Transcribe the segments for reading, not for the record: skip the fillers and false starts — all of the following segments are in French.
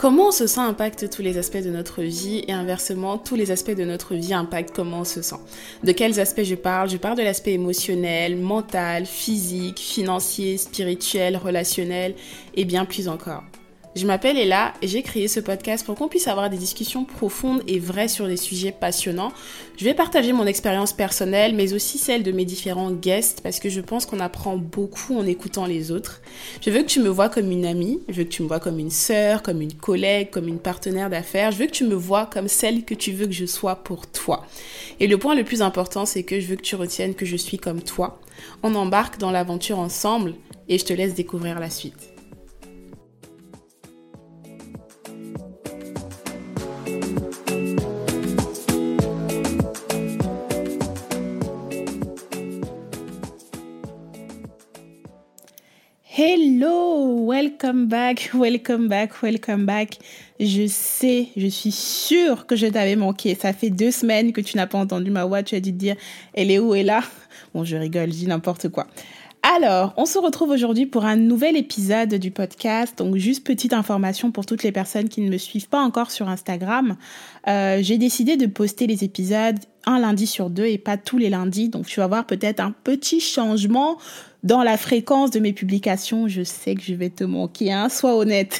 Comment on se sent impacte tous les aspects de notre vie et inversement, tous les aspects de notre vie impactent comment on se sent. De quels aspects je parle? Je parle de l'aspect émotionnel, mental, physique, financier, spirituel, relationnel et bien plus encore. Je m'appelle Ella et j'ai créé ce podcast pour qu'on puisse avoir des discussions profondes et vraies sur des sujets passionnants. Je vais partager mon expérience personnelle mais aussi celle de mes différents guests parce que je pense qu'on apprend beaucoup en écoutant les autres. Je veux que tu me vois comme une amie, je veux que tu me vois comme une sœur, comme une collègue, comme une partenaire d'affaires. Je veux que tu me vois comme celle que tu veux que je sois pour toi. Et le point le plus important, c'est que je veux que tu retiennes que je suis comme toi. On embarque dans l'aventure ensemble et je te laisse découvrir la suite. Hello, welcome back. Je suis sûre que je t'avais manqué. Ça fait 2 semaines que tu n'as pas entendu ma voix. Tu as dû te dire, elle est où, elle est là? Bon, je rigole, je dis n'importe quoi. Alors, on se retrouve aujourd'hui pour un nouvel épisode du podcast. Donc, juste petite information pour toutes les personnes qui ne me suivent pas encore sur Instagram. J'ai décidé de poster les épisodes un lundi sur 2 et pas tous les lundis. Donc, tu vas voir peut-être un petit changement dans la fréquence de mes publications. Je sais que je vais te manquer, hein, sois honnête.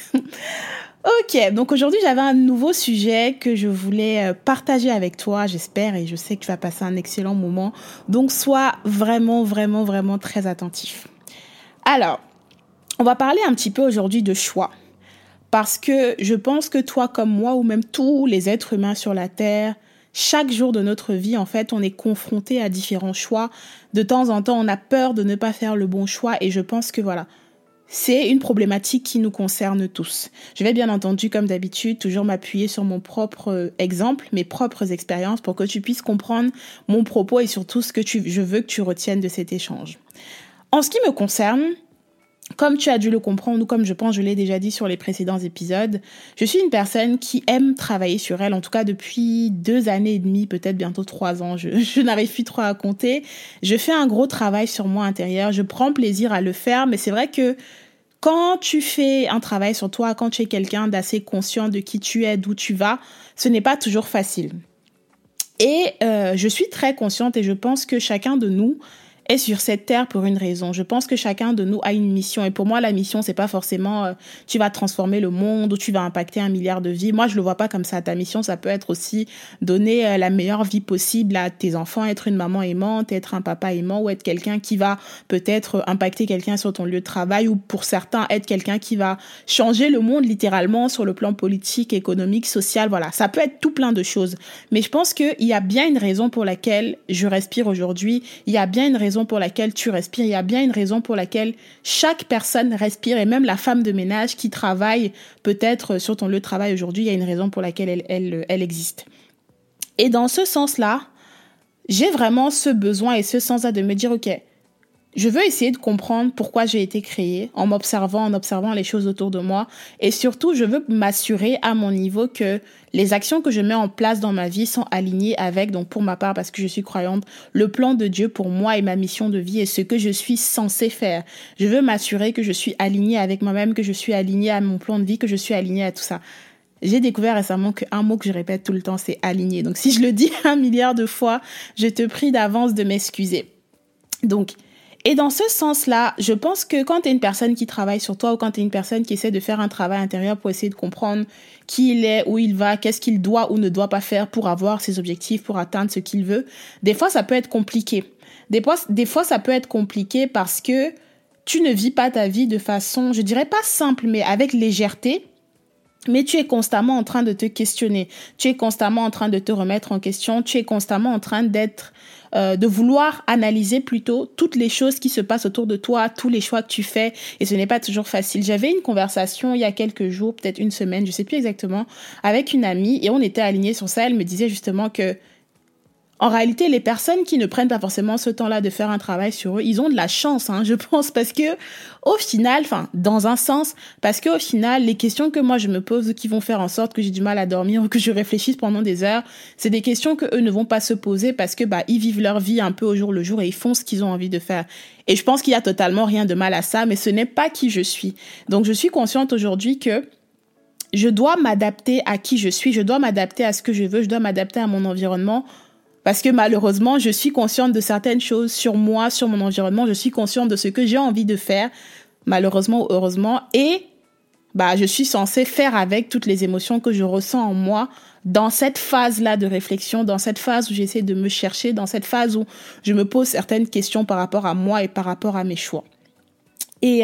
Ok, donc aujourd'hui, j'avais un nouveau sujet que je voulais partager avec toi, j'espère, et je sais que tu vas passer un excellent moment. Donc, sois vraiment très attentif. Alors, on va parler un petit peu aujourd'hui de choix. Parce que je pense que toi comme moi, ou même tous les êtres humains sur la Terre, chaque jour de notre vie, en fait, on est confronté à différents choix. De temps en temps, on a peur de ne pas faire le bon choix et je pense que voilà, c'est une problématique qui nous concerne tous. Je vais bien entendu, comme d'habitude, toujours m'appuyer sur mon propre exemple, mes propres expériences pour que tu puisses comprendre mon propos et surtout ce que je veux que tu retiennes de cet échange. En ce qui me concerne, comme tu as dû le comprendre ou comme je pense je l'ai déjà dit sur les précédents épisodes, je suis une personne qui aime travailler sur elle, en tout cas depuis 2 années et demie, peut-être bientôt 3 ans, je n'arrive plus trop à compter. Je fais un gros travail sur moi intérieur, je prends plaisir à le faire, mais c'est vrai que quand tu fais un travail sur toi, quand tu es quelqu'un d'assez conscient de qui tu es, d'où tu vas, ce n'est pas toujours facile. Et je suis très consciente et je pense que chacun de nous est sur cette terre pour une raison. Je pense que chacun de nous a une mission. Et pour moi, la mission, c'est pas forcément tu vas transformer le monde ou tu vas impacter 1 milliard de vies. Moi, je le vois pas comme ça. Ta mission, ça peut être aussi donner la meilleure vie possible à tes enfants, être une maman aimante, être un papa aimant ou être quelqu'un qui va peut-être impacter quelqu'un sur ton lieu de travail ou pour certains, être quelqu'un qui va changer le monde littéralement sur le plan politique, économique, social. Voilà, ça peut être tout plein de choses. Mais je pense qu'il y a bien une raison pour laquelle je respire aujourd'hui. Il y a bien une raison pour laquelle tu respires, il y a bien une raison pour laquelle chaque personne respire et même la femme de ménage qui travaille peut-être sur ton lieu de travail aujourd'hui, il y a une raison pour laquelle elle existe. Et dans ce sens-là, j'ai vraiment ce besoin et ce sens-là de me dire, ok, je veux essayer de comprendre pourquoi j'ai été créée en observant les choses autour de moi. Et surtout, je veux m'assurer à mon niveau que les actions que je mets en place dans ma vie sont alignées avec, donc pour ma part, parce que je suis croyante, le plan de Dieu pour moi et ma mission de vie et ce que je suis censée faire. Je veux m'assurer que je suis alignée avec moi-même, que je suis alignée à mon plan de vie, que je suis alignée à tout ça. J'ai découvert récemment qu'un mot que je répète tout le temps, c'est aligné. Donc si je le dis 1 milliard de fois, je te prie d'avance de m'excuser. Donc, et dans ce sens-là, je pense que quand tu es une personne qui travaille sur toi ou quand tu es une personne qui essaie de faire un travail intérieur pour essayer de comprendre qui il est, où il va, qu'est-ce qu'il doit ou ne doit pas faire pour avoir ses objectifs, pour atteindre ce qu'il veut, des fois, ça peut être compliqué. Des fois, ça peut être compliqué parce que tu ne vis pas ta vie de façon, je dirais pas simple, mais avec légèreté. Mais tu es constamment en train de te questionner, tu es constamment en train de te remettre en question, tu es constamment en train de vouloir analyser plutôt toutes les choses qui se passent autour de toi, tous les choix que tu fais, et ce n'est pas toujours facile. J'avais une conversation il y a quelques jours, peut-être 1 semaine, je sais plus exactement, avec une amie, et on était alignés sur ça. Elle me disait justement que en réalité, les personnes qui ne prennent pas forcément ce temps-là de faire un travail sur eux, ils ont de la chance, je pense, parce que au final, dans un sens, parce que au final, les questions que moi je me pose qui vont faire en sorte que j'ai du mal à dormir ou que je réfléchisse pendant des heures, c'est des questions que eux ne vont pas se poser parce que ils vivent leur vie un peu au jour le jour et ils font ce qu'ils ont envie de faire. Et je pense qu'il y a totalement rien de mal à ça, mais ce n'est pas qui je suis. Donc je suis consciente aujourd'hui que je dois m'adapter à qui je suis, je dois m'adapter à ce que je veux, je dois m'adapter à mon environnement. Parce que malheureusement, je suis consciente de certaines choses sur moi, sur mon environnement. Je suis consciente de ce que j'ai envie de faire, malheureusement ou heureusement. Et je suis censée faire avec toutes les émotions que je ressens en moi dans cette phase-là de réflexion, dans cette phase où j'essaie de me chercher, dans cette phase où je me pose certaines questions par rapport à moi et par rapport à mes choix. Et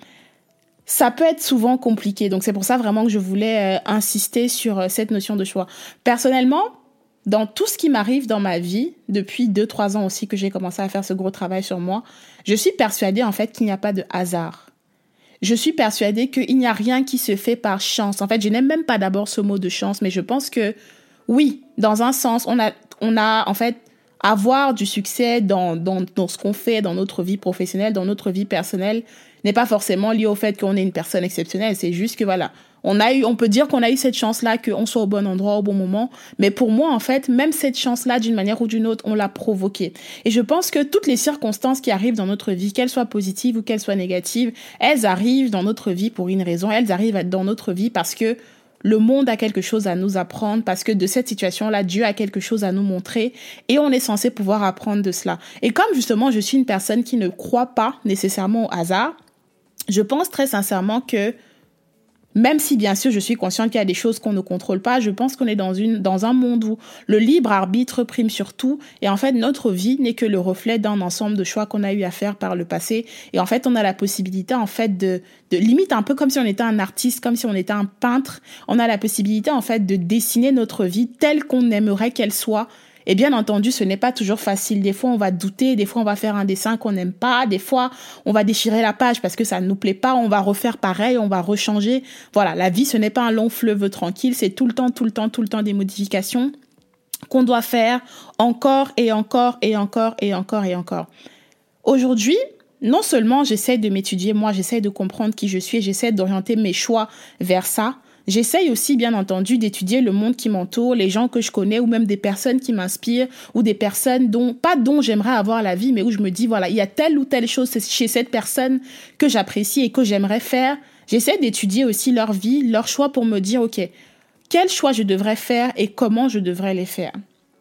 ça peut être souvent compliqué. Donc, c'est pour ça vraiment que je voulais insister sur cette notion de choix. Personnellement, dans tout ce qui m'arrive dans ma vie, depuis 2-3 ans aussi que j'ai commencé à faire ce gros travail sur moi, je suis persuadée en fait qu'il n'y a pas de hasard. Je suis persuadée qu'il n'y a rien qui se fait par chance. En fait, je n'aime même pas d'abord ce mot de chance, mais je pense que oui, dans un sens, on a en fait avoir du succès dans ce qu'on fait, dans notre vie professionnelle, dans notre vie personnelle, n'est pas forcément lié au fait qu'on est une personne exceptionnelle. C'est juste que voilà, on peut dire qu'on a eu cette chance-là, qu'on soit au bon endroit, au bon moment. Mais pour moi, en fait, même cette chance-là, d'une manière ou d'une autre, on l'a provoquée. Et je pense que toutes les circonstances qui arrivent dans notre vie, qu'elles soient positives ou qu'elles soient négatives, elles arrivent dans notre vie pour une raison. Elles arrivent dans notre vie parce que le monde a quelque chose à nous apprendre, parce que de cette situation-là, Dieu a quelque chose à nous montrer et on est censé pouvoir apprendre de cela. Et comme justement, je suis une personne qui ne croit pas nécessairement au hasard, je pense très sincèrement que même si, bien sûr, je suis consciente qu'il y a des choses qu'on ne contrôle pas, je pense qu'on est dans un monde où le libre arbitre prime sur tout. Et en fait, notre vie n'est que le reflet d'un ensemble de choix qu'on a eu à faire par le passé. Et en fait, on a la possibilité, en fait, de limite un peu comme si on était un artiste, comme si on était un peintre. On a la possibilité, en fait, de dessiner notre vie telle qu'on aimerait qu'elle soit. Et bien entendu, ce n'est pas toujours facile. Des fois, on va douter. Des fois, on va faire un dessin qu'on n'aime pas. Des fois, on va déchirer la page parce que ça ne nous plaît pas. On va refaire pareil. On va rechanger. Voilà, la vie, ce n'est pas un long fleuve tranquille. C'est tout le temps des modifications qu'on doit faire encore et encore et encore et encore et encore. Aujourd'hui, non seulement j'essaie de m'étudier, moi, j'essaie de comprendre qui je suis et j'essaie d'orienter mes choix vers ça. J'essaye aussi, bien entendu, d'étudier le monde qui m'entoure, les gens que je connais ou même des personnes qui m'inspirent ou des personnes dont j'aimerais avoir la vie, mais où je me dis, voilà, il y a telle ou telle chose chez cette personne que j'apprécie et que j'aimerais faire. J'essaie d'étudier aussi leur vie, leurs choix pour me dire, OK, quels choix je devrais faire et comment je devrais les faire.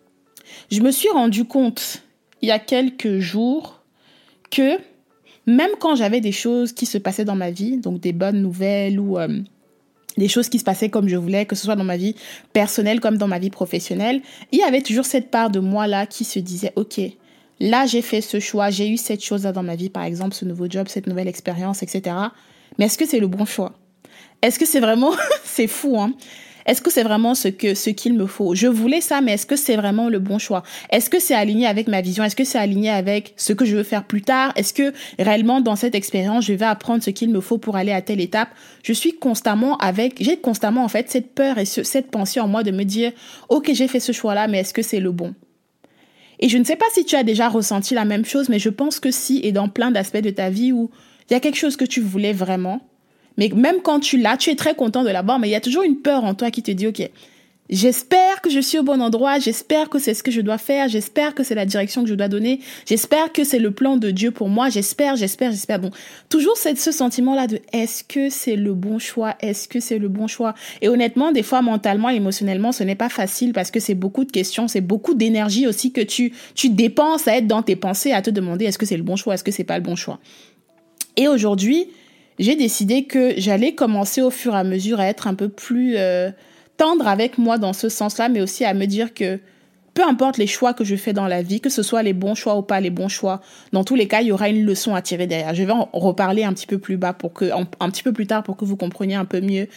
Je me suis rendu compte, il y a quelques jours, que même quand j'avais des choses qui se passaient dans ma vie, donc des bonnes nouvelles ou des choses qui se passaient comme je voulais, que ce soit dans ma vie personnelle comme dans ma vie professionnelle, il y avait toujours cette part de moi-là qui se disait, OK, là, j'ai fait ce choix, j'ai eu cette chose-là dans ma vie, par exemple, ce nouveau job, cette nouvelle expérience, etc. Mais est-ce que c'est le bon choix? Est-ce que c'est vraiment... c'est fou, hein? Est-ce que c'est vraiment ce qu'il me faut? Je voulais ça, mais est-ce que c'est vraiment le bon choix? Est-ce que c'est aligné avec ma vision? Est-ce que c'est aligné avec ce que je veux faire plus tard? Est-ce que réellement, dans cette expérience, je vais apprendre ce qu'il me faut pour aller à telle étape? J'ai constamment, en fait, cette peur et cette pensée en moi de me dire, OK, j'ai fait ce choix-là, mais est-ce que c'est le bon? Et je ne sais pas si tu as déjà ressenti la même chose, mais je pense que si, et dans plein d'aspects de ta vie où il y a quelque chose que tu voulais vraiment, mais même quand tu l'as, tu es très content de l'avoir, mais il y a toujours une peur en toi qui te dit, OK, j'espère que je suis au bon endroit, j'espère que c'est ce que je dois faire, j'espère que c'est la direction que je dois donner, j'espère que c'est le plan de Dieu pour moi, j'espère. Bon, toujours ce sentiment-là de est-ce que c'est le bon choix, est-ce que c'est le bon choix? Et honnêtement, des fois, mentalement, émotionnellement, ce n'est pas facile parce que c'est beaucoup de questions, c'est beaucoup d'énergie aussi que tu dépenses à être dans tes pensées, à te demander est-ce que c'est le bon choix, est-ce que c'est pas le bon choix? Et aujourd'hui, j'ai décidé que j'allais commencer au fur et à mesure à être un peu plus tendre avec moi dans ce sens-là, mais aussi à me dire que peu importe les choix que je fais dans la vie, que ce soit les bons choix ou pas les bons choix, dans tous les cas, il y aura une leçon à tirer derrière. Je vais en reparler un petit peu plus bas un petit peu plus tard pour que vous compreniez un peu mieux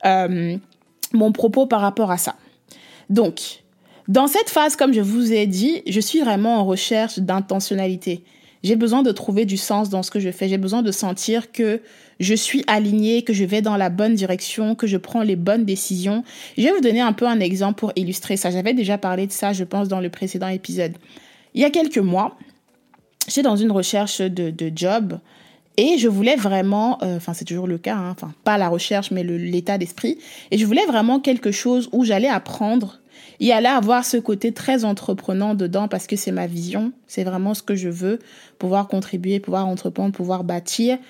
mon propos par rapport à ça. Donc, dans cette phase, comme je vous ai dit, je suis vraiment en recherche d'intentionnalité. J'ai besoin de trouver du sens dans ce que je fais. J'ai besoin de sentir que je suis alignée, que je vais dans la bonne direction, que je prends les bonnes décisions. Je vais vous donner un peu un exemple pour illustrer ça. J'avais déjà parlé de ça, je pense, dans le précédent épisode. Il y a quelques mois, j'étais dans une recherche de job et je voulais vraiment, c'est toujours le cas, hein, pas la recherche, mais l'état d'esprit. Et je voulais vraiment quelque chose où j'allais apprendre. Il allait avoir ce côté très entreprenant dedans parce que c'est ma vision, c'est vraiment ce que je veux, pouvoir contribuer, pouvoir entreprendre, pouvoir bâtir.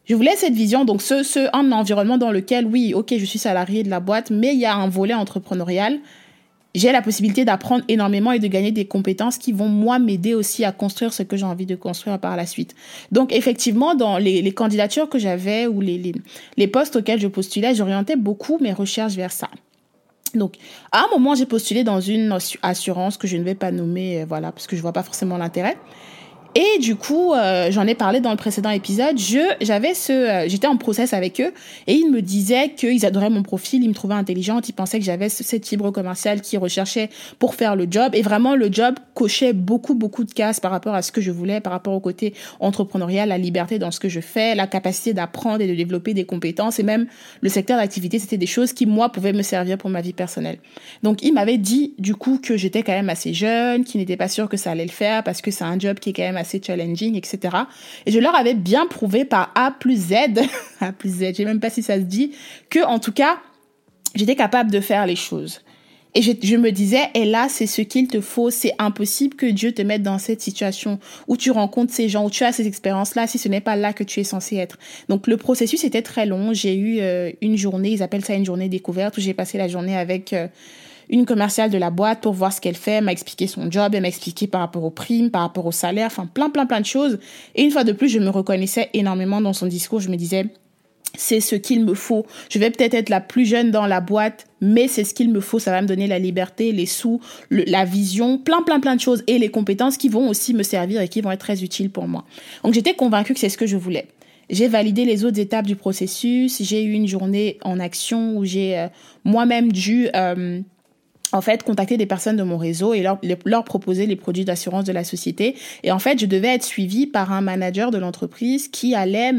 Je voulais cette vision, donc un environnement dans lequel, oui, ok, je suis salarié de la boîte, mais il y a un volet entrepreneurial. J'ai la possibilité d'apprendre énormément et de gagner des compétences qui vont, moi, m'aider aussi à construire ce que j'ai envie de construire par la suite. Donc, effectivement, dans les candidatures que j'avais ou les postes auxquels je postulais, j'orientais beaucoup mes recherches vers ça. Donc, à un moment, j'ai postulé dans une assurance que je ne vais pas nommer, voilà, parce que je vois pas forcément l'intérêt. Et du coup, j'en ai parlé dans le précédent épisode. J'étais en process avec eux et ils me disaient qu'ils adoraient mon profil, ils me trouvaient intelligente, ils pensaient que j'avais cette fibre commerciale qu'ils recherchaient pour faire le job. Et vraiment, le job cochait beaucoup de cases par rapport à ce que je voulais, par rapport au côté entrepreneurial, la liberté dans ce que je fais, la capacité d'apprendre et de développer des compétences et même le secteur d'activité, c'était des choses qui, moi, pouvaient me servir pour ma vie personnelle. Donc, ils m'avaient dit, du coup, que j'étais quand même assez jeune, qu'ils n'étaient pas sûrs que ça allait le faire parce que c'est un job qui est quand même assez challenging, etc. Et je leur avais bien prouvé par A plus Z, A plus Z, je sais même pas si ça se dit, que en tout cas, j'étais capable de faire les choses. Et je me disais, et là, c'est ce qu'il te faut. C'est impossible que Dieu te mette dans cette situation où tu rencontres ces gens, où tu as ces expériences-là, si ce n'est pas là que tu es censé être. Donc, le processus était très long. J'ai eu une journée, ils appellent ça une journée découverte, où j'ai passé la journée avec une commerciale de la boîte pour voir ce qu'elle fait. Elle m'a expliqué son job, elle m'a expliqué par rapport aux primes, par rapport au salaire, enfin, plein de choses. Et une fois de plus, je me reconnaissais énormément dans son discours. Je me disais, c'est ce qu'il me faut. Je vais peut-être être la plus jeune dans la boîte, mais c'est ce qu'il me faut. Ça va me donner la liberté, les sous, la vision, plein de choses et les compétences qui vont aussi me servir et qui vont être très utiles pour moi. Donc, j'étais convaincue que c'est ce que je voulais. J'ai validé les autres étapes du processus. J'ai eu une journée en action où j'ai moi-même dû contacter des personnes de mon réseau et leur proposer les produits d'assurance de la société. Et en fait, je devais être suivie par un manager de l'entreprise qui allait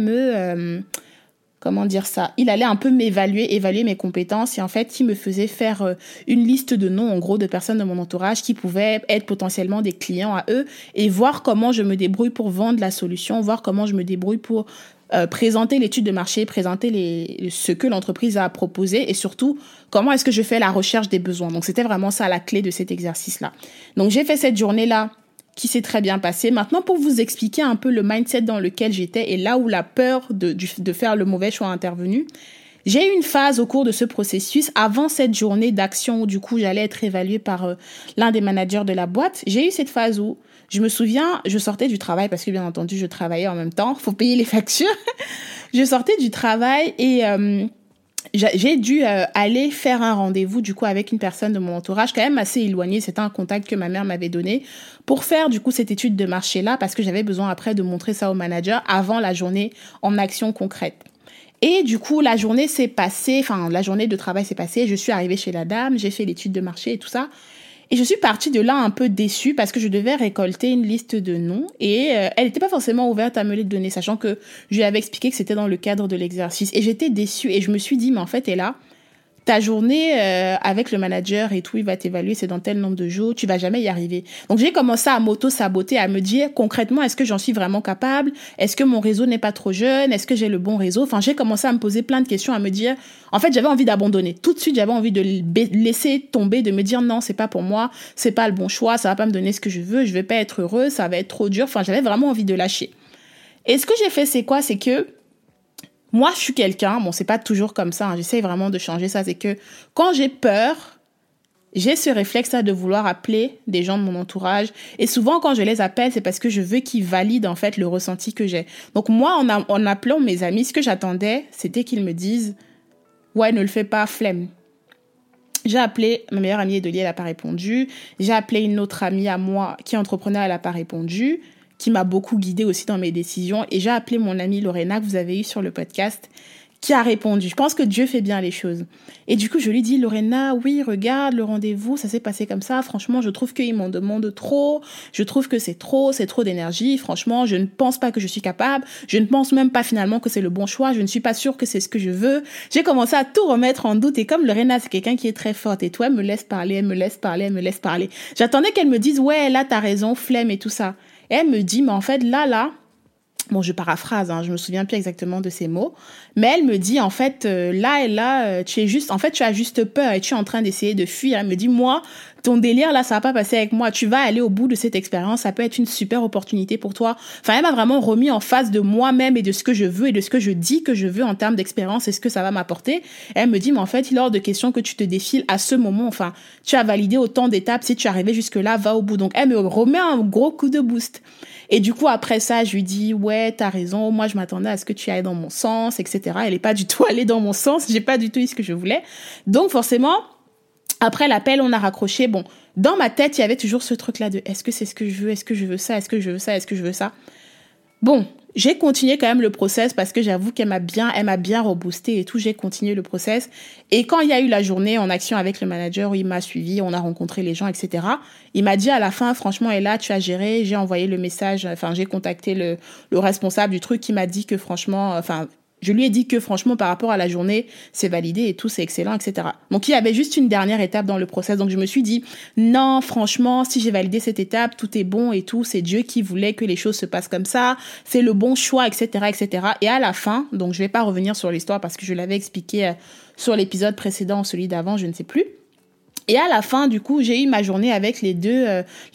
il allait un peu évaluer mes compétences et en fait, il me faisait faire une liste de noms, en gros, de personnes de mon entourage qui pouvaient être potentiellement des clients à eux et voir comment je me débrouille pour vendre la solution, voir comment je me débrouille pour présenter l'étude de marché, présenter ce que l'entreprise a proposé et surtout, comment est-ce que je fais la recherche des besoins. Donc, c'était vraiment ça la clé de cet exercice-là. Donc, j'ai fait cette journée-là qui s'est très bien passée. Maintenant, pour vous expliquer un peu le mindset dans lequel j'étais et là où la peur de faire le mauvais choix est intervenue, j'ai eu une phase au cours de ce processus, avant cette journée d'action où du coup j'allais être évaluée par l'un des managers de la boîte. J'ai eu cette phase où je me souviens, je sortais du travail parce que bien entendu je travaillais en même temps, faut payer les factures. Je sortais du travail et j'ai dû aller faire un rendez-vous du coup avec une personne de mon entourage quand même assez éloignée. C'était un contact que ma mère m'avait donné pour faire du coup cette étude de marché là parce que j'avais besoin après de montrer ça au manager avant la journée en action concrète. Et du coup, la journée de travail s'est passée. Je suis arrivée chez la dame, j'ai fait l'étude de marché et tout ça. Et je suis partie de là un peu déçue parce que je devais récolter une liste de noms et elle n'était pas forcément ouverte à me les donner, sachant que je lui avais expliqué que c'était dans le cadre de l'exercice. Et j'étais déçue et je me suis dit, mais en fait, ta journée avec le manager et tout, il va t'évaluer, c'est dans tel nombre de jours, tu vas jamais y arriver. Donc j'ai commencé à m'auto-saboter, à me dire concrètement, est-ce que j'en suis vraiment capable? Est-ce que mon réseau n'est pas trop jeune? Est-ce que j'ai le bon réseau? Enfin, j'ai commencé à me poser plein de questions, à me dire, en fait, j'avais envie d'abandonner. Tout de suite, j'avais envie de laisser tomber, de me dire non, c'est pas pour moi, c'est pas le bon choix, ça va pas me donner ce que je veux, je vais pas être heureuse, ça va être trop dur. Enfin, j'avais vraiment envie de lâcher. Et ce que j'ai fait, c'est quoi? C'est que moi, je suis quelqu'un, bon, c'est pas toujours comme ça, j'essaye vraiment de changer ça, c'est que quand j'ai peur, j'ai ce réflexe-là de vouloir appeler des gens de mon entourage. Et souvent, quand je les appelle, c'est parce que je veux qu'ils valident, en fait, le ressenti que j'ai. Donc, moi, en appelant mes amis, ce que j'attendais, c'était qu'ils me disent « Ouais, ne le fais pas, flemme ». J'ai appelé ma meilleure amie Edelie, elle n'a pas répondu. J'ai appelé une autre amie à moi qui est entrepreneur, elle n'a pas répondu, qui m'a beaucoup guidée aussi dans mes décisions. Et j'ai appelé mon amie Lorena, que vous avez eu sur le podcast, qui a répondu. Je pense que Dieu fait bien les choses. Et du coup, je lui dis, Lorena, oui, regarde, le rendez-vous, ça s'est passé comme ça. Franchement, je trouve qu'ils m'en demandent trop. Je trouve que c'est trop d'énergie. Franchement, je ne pense pas que je suis capable. Je ne pense même pas finalement que c'est le bon choix. Je ne suis pas sûre que c'est ce que je veux. J'ai commencé à tout remettre en doute. Et comme Lorena, c'est quelqu'un qui est très forte et toi, elle me laisse parler. J'attendais qu'elle me dise, ouais, là, t'as raison, flemme et tout ça. Et elle me dit, mais en fait, là, bon, je paraphrase, je me souviens plus exactement de ces mots, mais elle me dit, en fait, tu as juste peur et tu es en train d'essayer de fuir. Elle me dit, moi, ton délire là, ça va pas passer avec moi. Tu vas aller au bout de cette expérience. Ça peut être une super opportunité pour toi. Enfin, elle m'a vraiment remis en face de moi-même et de ce que je veux et de ce que je dis que je veux en termes d'expérience et ce que ça va m'apporter. Et elle me dit, mais en fait, il est hors de question que tu te défiles à ce moment. Enfin, tu as validé autant d'étapes. Si tu es arrivé jusque-là, va au bout. Donc, elle me remet un gros coup de boost. Et du coup, après ça, je lui dis, ouais, t'as raison. Moi, je m'attendais à ce que tu ailles dans mon sens, etc. Elle est pas du tout allée dans mon sens. J'ai pas du tout eu ce que je voulais. Donc, forcément, après l'appel, on a raccroché. Bon, dans ma tête, il y avait toujours ce truc-là de est-ce que c'est ce que je veux? Est-ce que je veux ça? Est-ce que je veux ça? Est-ce que je veux ça? Bon, j'ai continué quand même le process parce que j'avoue elle m'a bien reboosté et tout. J'ai continué le process. Et quand il y a eu la journée en action avec le manager où il m'a suivi, on a rencontré les gens, etc. Il m'a dit à la fin, franchement, Ella, tu as géré. J'ai envoyé le message, enfin, j'ai contacté le responsable du truc qui m'a dit que franchement, enfin, je lui ai dit que franchement, par rapport à la journée, c'est validé et tout, c'est excellent, etc. Donc, il y avait juste une dernière étape dans le process. Donc, je me suis dit, non, franchement, si j'ai validé cette étape, tout est bon et tout. C'est Dieu qui voulait que les choses se passent comme ça. C'est le bon choix, etc., etc. Et à la fin, donc, je vais pas revenir sur l'histoire parce que je l'avais expliqué sur l'épisode précédent, celui d'avant, je ne sais plus. Et à la fin, du coup, j'ai eu ma journée avec les deux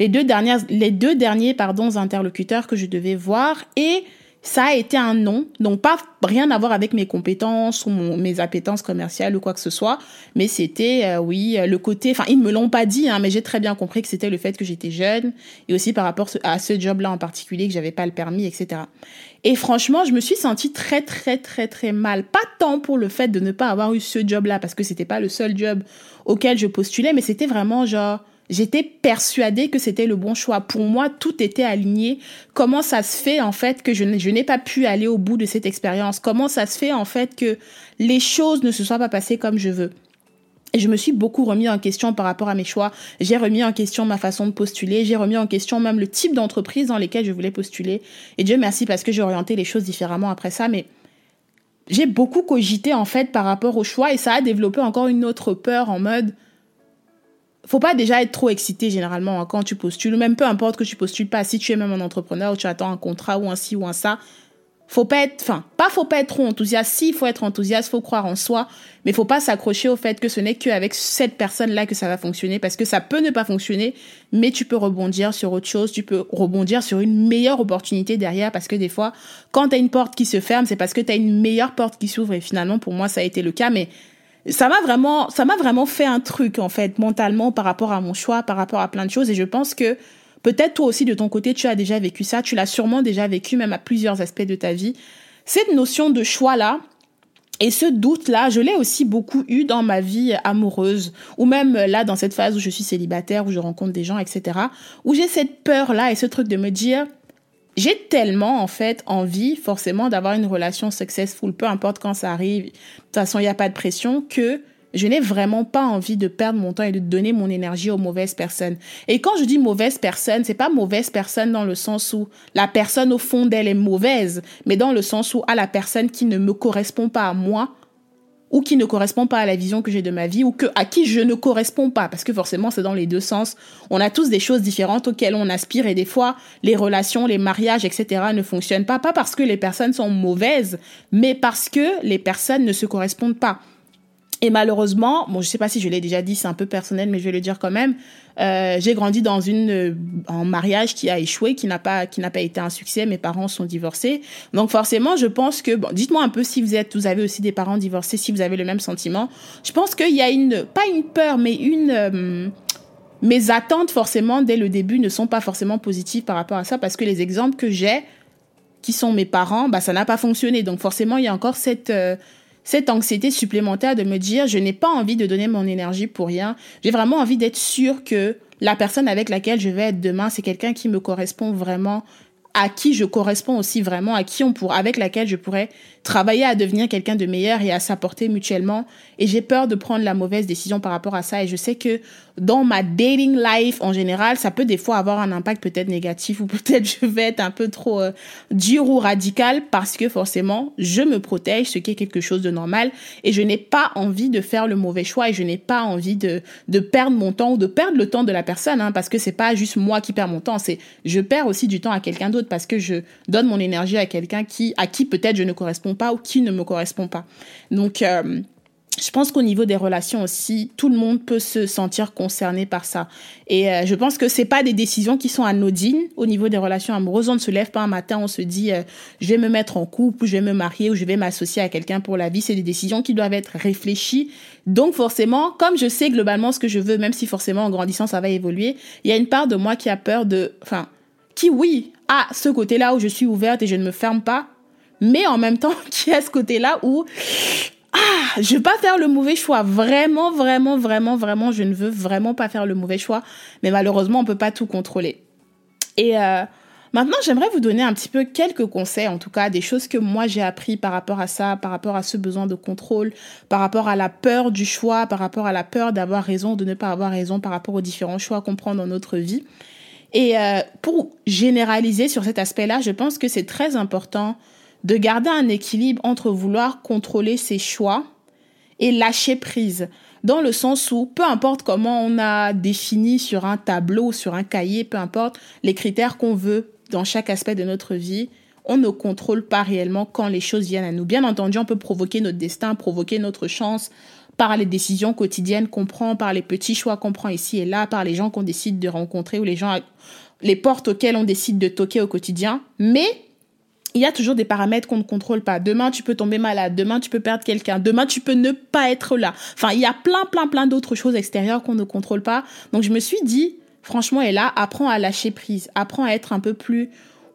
derniers interlocuteurs que je devais voir et ça a été un non, donc pas rien à voir avec mes compétences ou mes appétences commerciales ou quoi que ce soit, mais c'était le côté, enfin ils me l'ont pas dit, mais j'ai très bien compris que c'était le fait que j'étais jeune et aussi par rapport à ce job-là en particulier que j'avais pas le permis, etc. Et franchement, je me suis sentie très très très très mal, pas tant pour le fait de ne pas avoir eu ce job-là parce que c'était pas le seul job auquel je postulais, mais c'était vraiment genre j'étais persuadée que c'était le bon choix. Pour moi, tout était aligné. Comment ça se fait, en fait, que je n'ai pas pu aller au bout de cette expérience? Comment ça se fait, en fait, que les choses ne se soient pas passées comme je veux? Et je me suis beaucoup remis en question par rapport à mes choix. J'ai remis en question ma façon de postuler. J'ai remis en question même le type d'entreprise dans lesquelles je voulais postuler. Et Dieu merci parce que j'ai orienté les choses différemment après ça. Mais j'ai beaucoup cogité, en fait, par rapport au choix. Et ça a développé encore une autre peur en mode... Faut pas déjà être trop excité généralement quand tu postules, même peu importe que tu postules pas, si tu es même un entrepreneur ou tu attends un contrat ou un ci ou un ça, faut pas être trop enthousiaste. Si, il faut être enthousiaste, faut croire en soi, mais faut pas s'accrocher au fait que ce n'est qu'avec cette personne-là que ça va fonctionner parce que ça peut ne pas fonctionner, mais tu peux rebondir sur autre chose, tu peux rebondir sur une meilleure opportunité derrière parce que des fois, quand t'as une porte qui se ferme, c'est parce que t'as une meilleure porte qui s'ouvre et finalement, pour moi, ça a été le cas, mais ça m'a vraiment fait un truc, en fait, mentalement, par rapport à mon choix, par rapport à plein de choses. Et je pense que peut-être toi aussi, de ton côté, tu as déjà vécu ça. Tu l'as sûrement déjà vécu, même à plusieurs aspects de ta vie. Cette notion de choix-là et ce doute-là, je l'ai aussi beaucoup eu dans ma vie amoureuse. Ou même là, dans cette phase où je suis célibataire, où je rencontre des gens, etc. Où j'ai cette peur-là et ce truc de me dire... J'ai tellement, en fait, envie, forcément, d'avoir une relation successful, peu importe quand ça arrive. De toute façon, il n'y a pas de pression, que je n'ai vraiment pas envie de perdre mon temps et de donner mon énergie aux mauvaises personnes. Et quand je dis mauvaise personne, c'est pas mauvaise personne dans le sens où la personne, au fond d'elle, est mauvaise, mais dans le sens où, la personne qui ne me correspond pas à moi, ou qui ne correspond pas à la vision que j'ai de ma vie, ou à qui je ne correspond pas, parce que forcément c'est dans les deux sens. On a tous des choses différentes auxquelles on aspire et des fois les relations, les mariages, etc. ne fonctionnent pas parce que les personnes sont mauvaises, mais parce que les personnes ne se correspondent pas. Et malheureusement, bon, je sais pas si je l'ai déjà dit, c'est un peu personnel, mais je vais le dire quand même. J'ai grandi dans un mariage qui a échoué, qui n'a pas été un succès. Mes parents sont divorcés. Donc forcément, je pense que, bon, dites-moi un peu si vous avez aussi des parents divorcés, si vous avez le même sentiment. Je pense qu'il y a pas une peur, mais mes attentes forcément dès le début ne sont pas forcément positives par rapport à ça parce que les exemples que j'ai, qui sont mes parents, ça n'a pas fonctionné. Donc forcément, il y a encore cette anxiété supplémentaire de me dire, je n'ai pas envie de donner mon énergie pour rien. J'ai vraiment envie d'être sûre que la personne avec laquelle je vais être demain, c'est quelqu'un qui me correspond vraiment, à qui je corresponds aussi vraiment, avec laquelle je pourrais travailler à devenir quelqu'un de meilleur et à s'apporter mutuellement. Et j'ai peur de prendre la mauvaise décision par rapport à ça. Et je sais que dans ma dating life, en général, ça peut des fois avoir un impact peut-être négatif ou peut-être je vais être un peu trop dur ou radical parce que forcément, je me protège, ce qui est quelque chose de normal. Et je n'ai pas envie de faire le mauvais choix et je n'ai pas envie de perdre mon temps ou de perdre le temps de la personne, parce que c'est pas juste moi qui perds mon temps, c'est je perds aussi du temps à quelqu'un d'autre parce que je donne mon énergie à quelqu'un à qui peut-être je ne corresponds pas ou qui ne me correspond pas. Donc, je pense qu'au niveau des relations aussi, tout le monde peut se sentir concerné par ça. Et je pense que c'est pas des décisions qui sont anodines au niveau des relations amoureuses. On ne se lève pas un matin, on se dit je vais me mettre en couple, ou je vais me marier, ou je vais m'associer à quelqu'un pour la vie. C'est des décisions qui doivent être réfléchies. Donc forcément, comme je sais globalement ce que je veux, même si forcément en grandissant ça va évoluer, il y a une part de moi qui a peur qui oui, a ce côté-là où je suis ouverte et je ne me ferme pas, mais en même temps qui a ce côté-là où je vais pas faire le mauvais choix. Vraiment, je ne veux vraiment pas faire le mauvais choix. Mais malheureusement, on peut pas tout contrôler. Et maintenant, j'aimerais vous donner un petit peu quelques conseils, en tout cas, des choses que moi j'ai appris par rapport à ça, par rapport à ce besoin de contrôle, par rapport à la peur du choix, par rapport à la peur d'avoir raison ou de ne pas avoir raison, par rapport aux différents choix qu'on prend dans notre vie. Et pour généraliser sur cet aspect-là, je pense que c'est très important de garder un équilibre entre vouloir contrôler ses choix et lâcher prise. Dans le sens où, peu importe comment on a défini sur un tableau, sur un cahier, peu importe les critères qu'on veut dans chaque aspect de notre vie, on ne contrôle pas réellement quand les choses viennent à nous. Bien entendu, on peut provoquer notre destin, provoquer notre chance par les décisions quotidiennes qu'on prend, par les petits choix qu'on prend ici et là, par les gens qu'on décide de rencontrer ou les portes auxquelles on décide de toquer au quotidien. Mais il y a toujours des paramètres qu'on ne contrôle pas. Demain, tu peux tomber malade. Demain, tu peux perdre quelqu'un. Demain, tu peux ne pas être là. Enfin, il y a plein d'autres choses extérieures qu'on ne contrôle pas. Donc, je me suis dit, franchement, et là, apprends à lâcher prise. Apprends à être un peu plus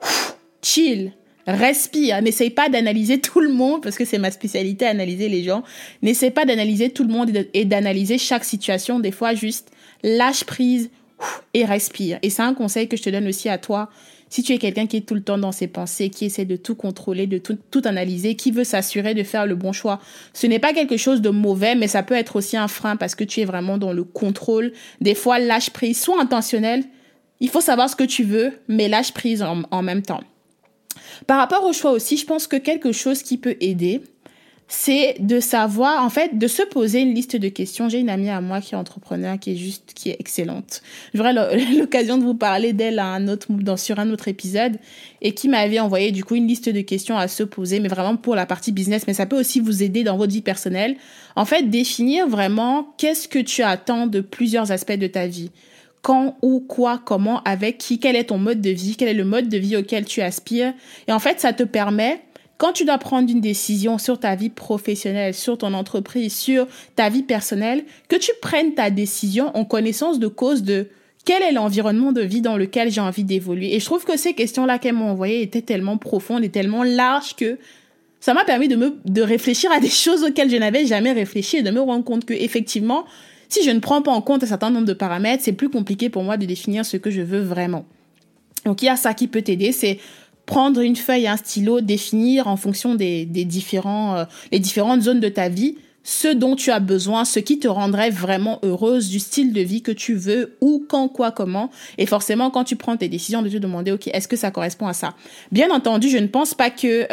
chill. Respire. N'essaye pas d'analyser tout le monde, parce que c'est ma spécialité, analyser les gens. N'essaye pas d'analyser tout le monde et d'analyser chaque situation. Des fois, juste lâche prise et respire. Et c'est un conseil que je te donne aussi à toi. Si tu es quelqu'un qui est tout le temps dans ses pensées, qui essaie de tout contrôler, de tout analyser, qui veut s'assurer de faire le bon choix, ce n'est pas quelque chose de mauvais, mais ça peut être aussi un frein parce que tu es vraiment dans le contrôle. Des fois, lâche prise, sois intentionnel. Il faut savoir ce que tu veux, mais lâche prise en même temps. Par rapport au choix aussi, je pense que quelque chose qui peut aider, c'est de savoir, en fait, de se poser une liste de questions. J'ai une amie à moi qui est entrepreneur, qui est excellente. J'aurai l'occasion de vous parler d'elle sur un autre épisode, et qui m'avait envoyé, du coup, une liste de questions à se poser, mais vraiment pour la partie business, mais ça peut aussi vous aider dans votre vie personnelle. En fait, définir vraiment qu'est-ce que tu attends de plusieurs aspects de ta vie. Quand, où, quoi, comment, avec qui, quel est ton mode de vie, quel est le mode de vie auquel tu aspires. Et en fait, ça te permet, quand tu dois prendre une décision sur ta vie professionnelle, sur ton entreprise, sur ta vie personnelle, que tu prennes ta décision en connaissance de cause de quel est l'environnement de vie dans lequel j'ai envie d'évoluer. Et je trouve que ces questions-là qu'elles m'ont envoyées étaient tellement profondes et tellement larges que ça m'a permis de réfléchir à des choses auxquelles je n'avais jamais réfléchi et de me rendre compte que, effectivement, si je ne prends pas en compte un certain nombre de paramètres, c'est plus compliqué pour moi de définir ce que je veux vraiment. Donc, il y a ça qui peut t'aider, c'est prendre une feuille et un stylo, définir en fonction les différentes zones de ta vie, ce dont tu as besoin, ce qui te rendrait vraiment heureuse, du style de vie que tu veux, où, quand, quoi, comment. Et forcément, quand tu prends tes décisions, de te demander, OK, est-ce que ça correspond à ça? Bien entendu, je ne pense pas que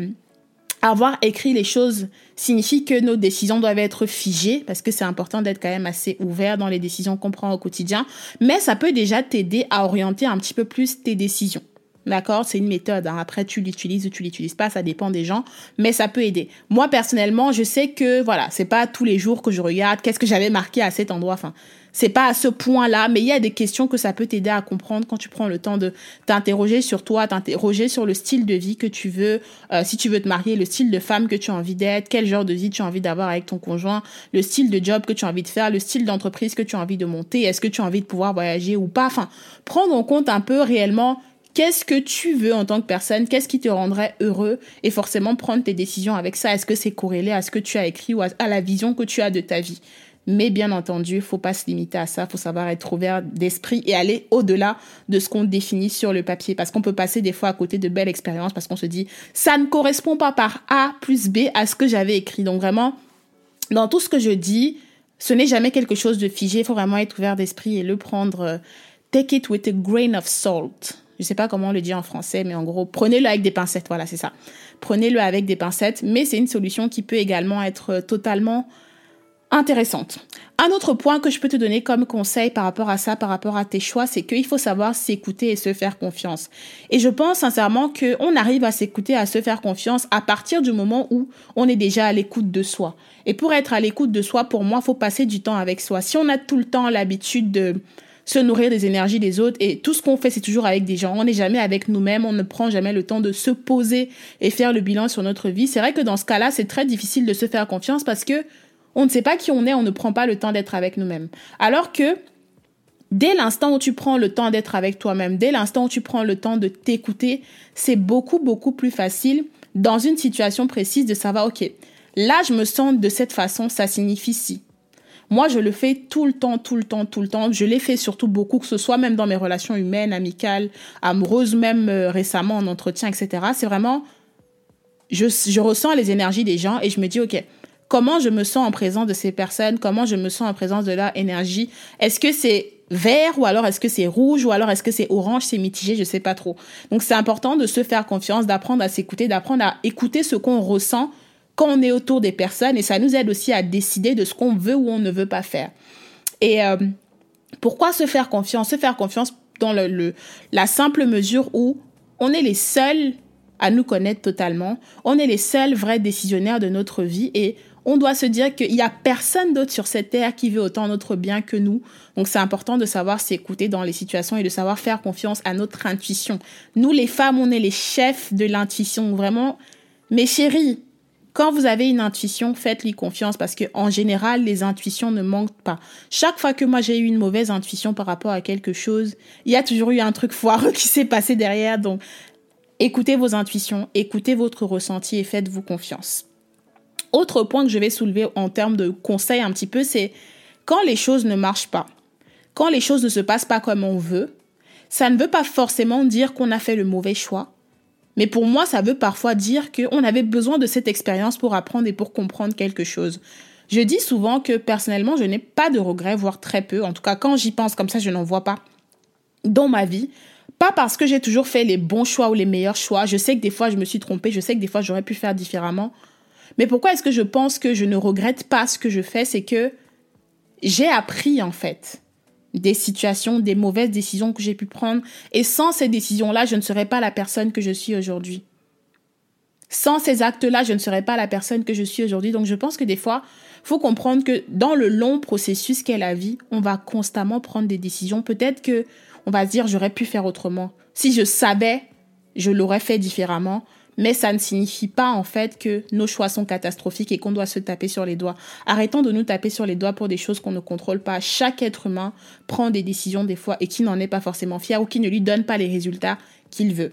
avoir écrit les choses signifie que nos décisions doivent être figées, parce que c'est important d'être quand même assez ouvert dans les décisions qu'on prend au quotidien, mais ça peut déjà t'aider à orienter un petit peu plus tes décisions. D'accord? C'est une méthode. Hein. Après, tu l'utilises ou tu l'utilises pas, ça dépend des gens, mais ça peut aider. Moi, personnellement, je sais que, voilà, c'est pas tous les jours que je regarde qu'est-ce que j'avais marqué à cet endroit. Enfin, c'est pas à ce point-là, mais il y a des questions que ça peut t'aider à comprendre quand tu prends le temps de t'interroger sur toi, t'interroger sur le style de vie que tu veux, si tu veux te marier, le style de femme que tu as envie d'être, quel genre de vie tu as envie d'avoir avec ton conjoint, le style de job que tu as envie de faire, le style d'entreprise que tu as envie de monter, est-ce que tu as envie de pouvoir voyager ou pas. Enfin, prendre en compte un peu réellement qu'est-ce que tu veux en tant que personne, qu'est-ce qui te rendrait heureux et forcément prendre tes décisions avec ça. Est-ce que c'est corrélé à ce que tu as écrit ou à la vision que tu as de ta vie? Mais bien entendu, faut pas se limiter à ça, faut savoir être ouvert d'esprit et aller au-delà de ce qu'on définit sur le papier, parce qu'on peut passer des fois à côté de belles expériences parce qu'on se dit ça ne correspond pas par A plus B à ce que j'avais écrit. Donc vraiment, dans tout ce que je dis, ce n'est jamais quelque chose de figé, il faut vraiment être ouvert d'esprit et le prendre, take it with a grain of salt. Je sais pas comment on le dit en français, mais en gros, prenez-le avec des pincettes, voilà, c'est ça. Prenez-le avec des pincettes, mais c'est une solution qui peut également être totalement intéressante. Un autre point que je peux te donner comme conseil par rapport à ça, par rapport à tes choix, c'est qu'il faut savoir s'écouter et se faire confiance. Et je pense sincèrement qu'on arrive à s'écouter, à se faire confiance à partir du moment où on est déjà à l'écoute de soi. Et pour être à l'écoute de soi, pour moi, il faut passer du temps avec soi. Si on a tout le temps l'habitude de se nourrir des énergies des autres et tout ce qu'on fait, c'est toujours avec des gens. On n'est jamais avec nous-mêmes, on ne prend jamais le temps de se poser et faire le bilan sur notre vie. C'est vrai que dans ce cas-là, c'est très difficile de se faire confiance parce que on ne sait pas qui on est, on ne prend pas le temps d'être avec nous-mêmes. Alors que dès l'instant où tu prends le temps d'être avec toi-même, dès l'instant où tu prends le temps de t'écouter, c'est beaucoup, beaucoup plus facile dans une situation précise de savoir, OK, là, je me sens de cette façon, ça signifie ci. Moi, je le fais tout le temps. Je l'ai fait surtout beaucoup, que ce soit même dans mes relations humaines, amicales, amoureuses, même récemment en entretien, etc. C'est vraiment, je ressens les énergies des gens et je me dis, OK, comment je me sens en présence de ces personnes? Comment je me sens en présence de leur énergie? Est-ce que c'est vert ou alors est-ce que c'est rouge ou alors est-ce que c'est orange? C'est mitigé, je sais pas trop. Donc, c'est important de se faire confiance, d'apprendre à s'écouter, d'apprendre à écouter ce qu'on ressent quand on est autour des personnes et ça nous aide aussi à décider de ce qu'on veut ou on ne veut pas faire. Et pourquoi se faire confiance? Se faire confiance dans la simple mesure où on est les seuls à nous connaître totalement. On est les seuls vrais décisionnaires de notre vie et on doit se dire qu'il n'y a personne d'autre sur cette terre qui veut autant notre bien que nous. Donc, c'est important de savoir s'écouter dans les situations et de savoir faire confiance à notre intuition. Nous, les femmes, on est les chefs de l'intuition. Vraiment, mes chéris, quand vous avez une intuition, faites-lui confiance parce que en général, les intuitions ne manquent pas. Chaque fois que moi, j'ai eu une mauvaise intuition par rapport à quelque chose, il y a toujours eu un truc foireux qui s'est passé derrière. Donc, écoutez vos intuitions, écoutez votre ressenti et faites-vous confiance. Autre point que je vais soulever en termes de conseils un petit peu, c'est quand les choses ne marchent pas, quand les choses ne se passent pas comme on veut, ça ne veut pas forcément dire qu'on a fait le mauvais choix. Mais pour moi, ça veut parfois dire qu'on avait besoin de cette expérience pour apprendre et pour comprendre quelque chose. Je dis souvent que personnellement, je n'ai pas de regrets, voire très peu. En tout cas, quand j'y pense comme ça, je n'en vois pas dans ma vie. Pas parce que j'ai toujours fait les bons choix ou les meilleurs choix. Je sais que des fois, je me suis trompée. Je sais que des fois, j'aurais pu faire différemment. Mais pourquoi est-ce que je pense que je ne regrette pas ce que je fais? C'est que j'ai appris, en fait, des situations, des mauvaises décisions que j'ai pu prendre. Et sans ces décisions-là, je ne serais pas la personne que je suis aujourd'hui. Sans ces actes-là, je ne serais pas la personne que je suis aujourd'hui. Donc, je pense que des fois, il faut comprendre que dans le long processus qu'est la vie, on va constamment prendre des décisions. Peut-être que on va se dire, j'aurais pu faire autrement. Si je savais, je l'aurais fait différemment. Mais ça ne signifie pas, en fait, que nos choix sont catastrophiques et qu'on doit se taper sur les doigts. Arrêtons de nous taper sur les doigts pour des choses qu'on ne contrôle pas. Chaque être humain prend des décisions des fois et qui n'en est pas forcément fier ou qui ne lui donne pas les résultats qu'il veut.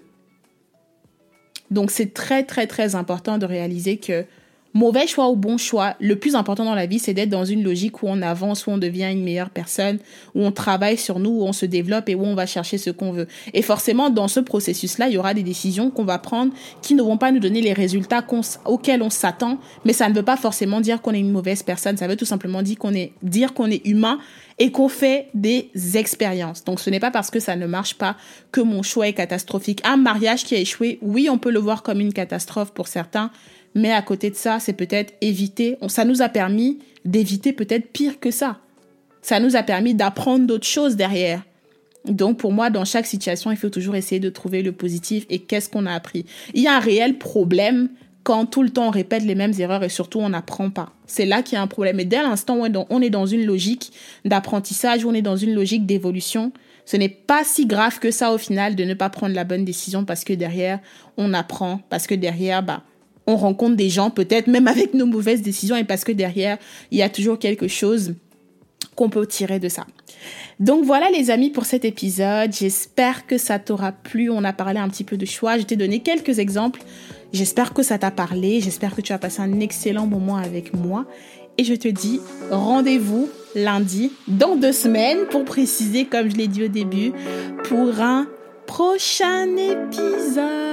Donc, c'est très, très, très important de réaliser que mauvais choix ou bon choix, le plus important dans la vie, c'est d'être dans une logique où on avance, où on devient une meilleure personne, où on travaille sur nous, où on se développe et où on va chercher ce qu'on veut. Et forcément, dans ce processus-là, il y aura des décisions qu'on va prendre qui ne vont pas nous donner les résultats auxquels on s'attend, mais ça ne veut pas forcément dire qu'on est une mauvaise personne. Ça veut tout simplement dire qu'on est humain et qu'on fait des expériences. Donc, ce n'est pas parce que ça ne marche pas que mon choix est catastrophique. Un mariage qui a échoué, oui, on peut le voir comme une catastrophe pour certains, mais à côté de ça, c'est peut-être éviter. Ça nous a permis d'éviter peut-être pire que ça. Ça nous a permis d'apprendre d'autres choses derrière. Donc, pour moi, dans chaque situation, il faut toujours essayer de trouver le positif et qu'est-ce qu'on a appris. Il y a un réel problème quand tout le temps on répète les mêmes erreurs et surtout on n'apprend pas. C'est là qu'il y a un problème. Et dès l'instant où on est dans une logique d'apprentissage, où on est dans une logique d'évolution, ce n'est pas si grave que ça au final de ne pas prendre la bonne décision parce que derrière, on apprend, parce que derrière, on rencontre des gens, peut-être même avec nos mauvaises décisions, et parce que derrière, il y a toujours quelque chose qu'on peut tirer de ça. Donc voilà les amis pour cet épisode. J'espère que ça t'aura plu. On a parlé un petit peu de choix. Je t'ai donné quelques exemples. J'espère que ça t'a parlé. J'espère que tu as passé un excellent moment avec moi. Et je te dis rendez-vous lundi, dans 2 semaines, pour préciser, comme je l'ai dit au début, pour un prochain épisode.